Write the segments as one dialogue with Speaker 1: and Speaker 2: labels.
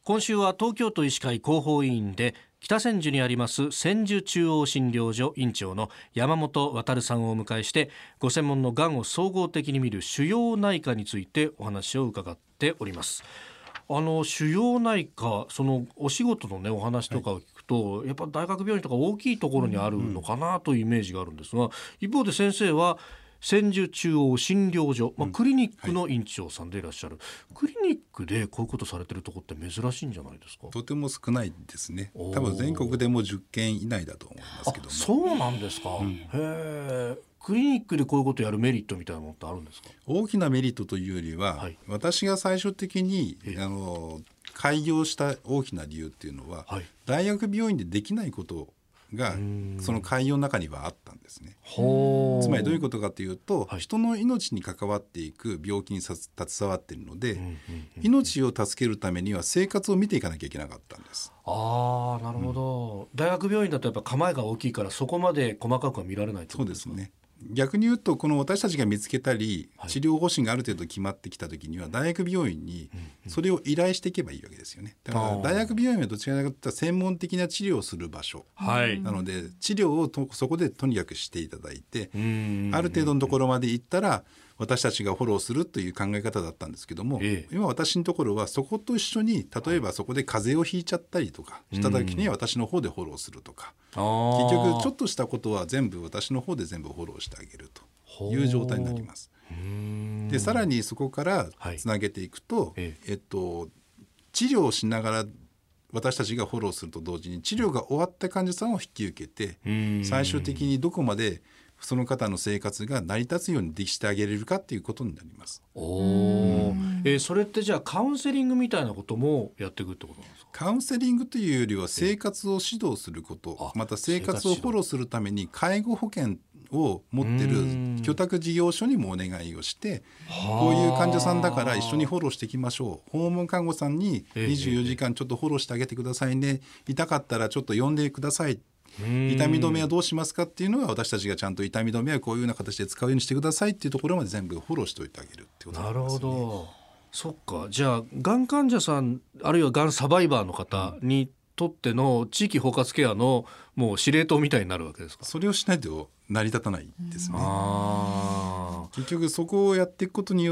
Speaker 1: 今週は東京都医師会広報委員で北千住にあります千住中央診療所院長の山本渉さんをお迎えして、ご専門のがんを総合的に見る腫瘍内科についてお話を伺っております。腫瘍内科、そのお仕事のねお話とかを聞くと、やっぱ大学病院とか大きいところにあるのかなというイメージがあるんですが、一方で先生は千住中央診療所、クリニックの院長さんでいらっしゃる、クリニックでこういうことされてるところって珍しいんじゃないですか？
Speaker 2: とても少ないですね。多分全国でも10件以内だと思いますけども。
Speaker 1: そうなんですか、へー。クリニックでこういうことをやるメリットみたいなものってあるんですか？
Speaker 2: 大きなメリットというよりは、私が最終的に開業した大きな理由っていうのは、大学病院でできないことがその開業の中にはあったんですね。つまりどういうことかというと、人の命に関わっていく病気に携わっているので、命を助けるためには生活を見ていかなきゃいけなかったんです。
Speaker 1: なるほど、大学病院だとやっぱ構えが大きいからそこまで細かくは見られないってことですか？
Speaker 2: そうですね。逆に言うと、この私たちが見つけたり、治療方針がある程度決まってきた時には大学病院にそれを依頼していけばいいわけですよね。だから大学病院はどちらかというと専門的な治療をする場所、なので治療をそこでとにかくしていただいて、ある程度のところまで行ったら私たちがフォローするという考え方だったんですけども、今私のところはそこと一緒に、例えばそこで風邪をひいちゃったりとかした時には私の方でフォローするとか、結局ちょっとしたことは全部私の方で全部フォローしてあげるという状態になります。でさらにそこからつなげていくと、治療をしながら私たちがフォローすると同時に、治療が終わった患者さんを引き受けて、最終的にどこまでその方の生活が成り立つようにできてあげれるかっていうことになります。
Speaker 1: それってじゃあカウンセリングみたいなこともやっていくってことなんですか？
Speaker 2: カウンセリングというよりは生活を指導すること、また生活をフォローするために介護保険を持ってる居宅事業所にもお願いをして、こういう患者さんだから一緒にフォローしていきましょう、訪問看護さんに24時間ちょっとフォローしてあげてくださいね、痛かったらちょっと呼んでください、痛み止めはどうしますかっていうのは私たちがちゃんと痛み止めはこういうような形で使うようにしてくださいっていうところまで全部フォローしておいてあげるってことになりますね。
Speaker 1: なるほど。そっか。じゃあがん患者さんあるいはがんサバイバーの方にとっての地域包括ケアのもう司令塔みたいになるわけですか？
Speaker 2: それをしないと成り立たないですね。結局そこをやっていくことによって、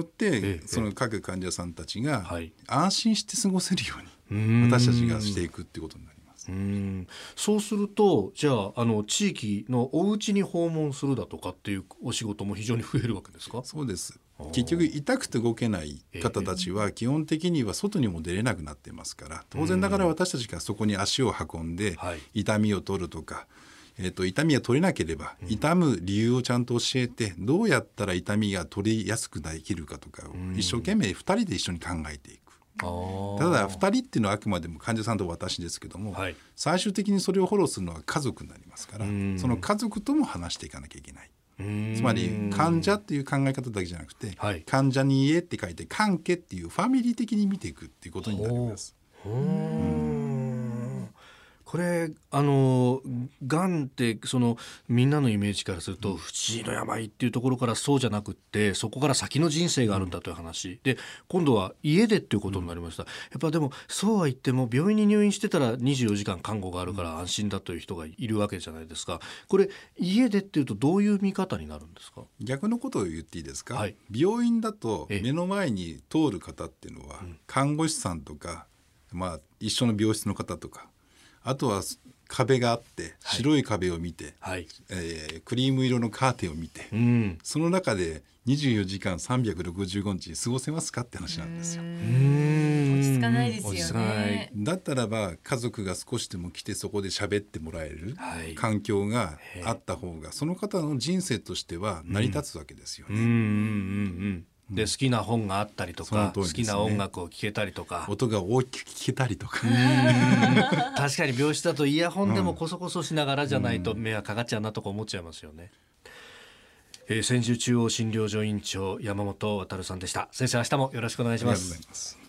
Speaker 2: その各患者さんたちが安心して過ごせるように私たちがしていくっていうことになります。
Speaker 1: そうすると、じゃあ地域のお家に訪問するだとかっていうお仕事も非常に増えるわけですか？
Speaker 2: そうです。結局痛くて動けない方たちは基本的には外にも出れなくなってますから、当然ながら私たちがそこに足を運んで痛みを取るとか、痛みが取れなければ痛む理由をちゃんと教えて、どうやったら痛みが取りやすくできるかとかを一生懸命2人で一緒に考えていく。ただ2人っていうのはあくまでも患者さんと私ですけども、最終的にそれをフォローするのは家族になりますから、その家族とも話していかなきゃいけない。つまり患者っていう考え方だけじゃなくて、患者に家って書いて関係っていうファミリー的に見ていくっていうことになります。
Speaker 1: これがんってみんなのイメージからすると不治の病っていうところからそうじゃなくって、そこから先の人生があるんだという話で、今度は家でっていうことになりました。やっぱでもそうは言っても病院に入院してたら24時間看護があるから安心だという人がいるわけじゃないですか。これ家でっていうとどういう見方になるんですか？
Speaker 2: 逆のことを言っていいですか？病院だと目の前に通る方っていうのは看護師さんとか、一緒の病室の方とか、あとは壁があって白い壁を見て、クリーム色のカーテンを見て、その中で24時間365日過ごせますかって話なんですよ。
Speaker 3: 落ち着かないですよね。
Speaker 2: だったらば家族が少しでも来てそこで喋ってもらえる環境があった方が、その方の人生としては成り立つわけですよね。
Speaker 1: で好きな本があったりとか、好きな音楽を聴けたりとか、
Speaker 2: 音が大きく聞けたりとか
Speaker 1: 確かに病室だとイヤホンでもコソコソしながらじゃないと迷惑かかっちゃうなとか思っちゃいますよね。千住中央診療所院長山本渉さんでした。先生、明日もよろしくお願いします。
Speaker 2: ありがとうございます。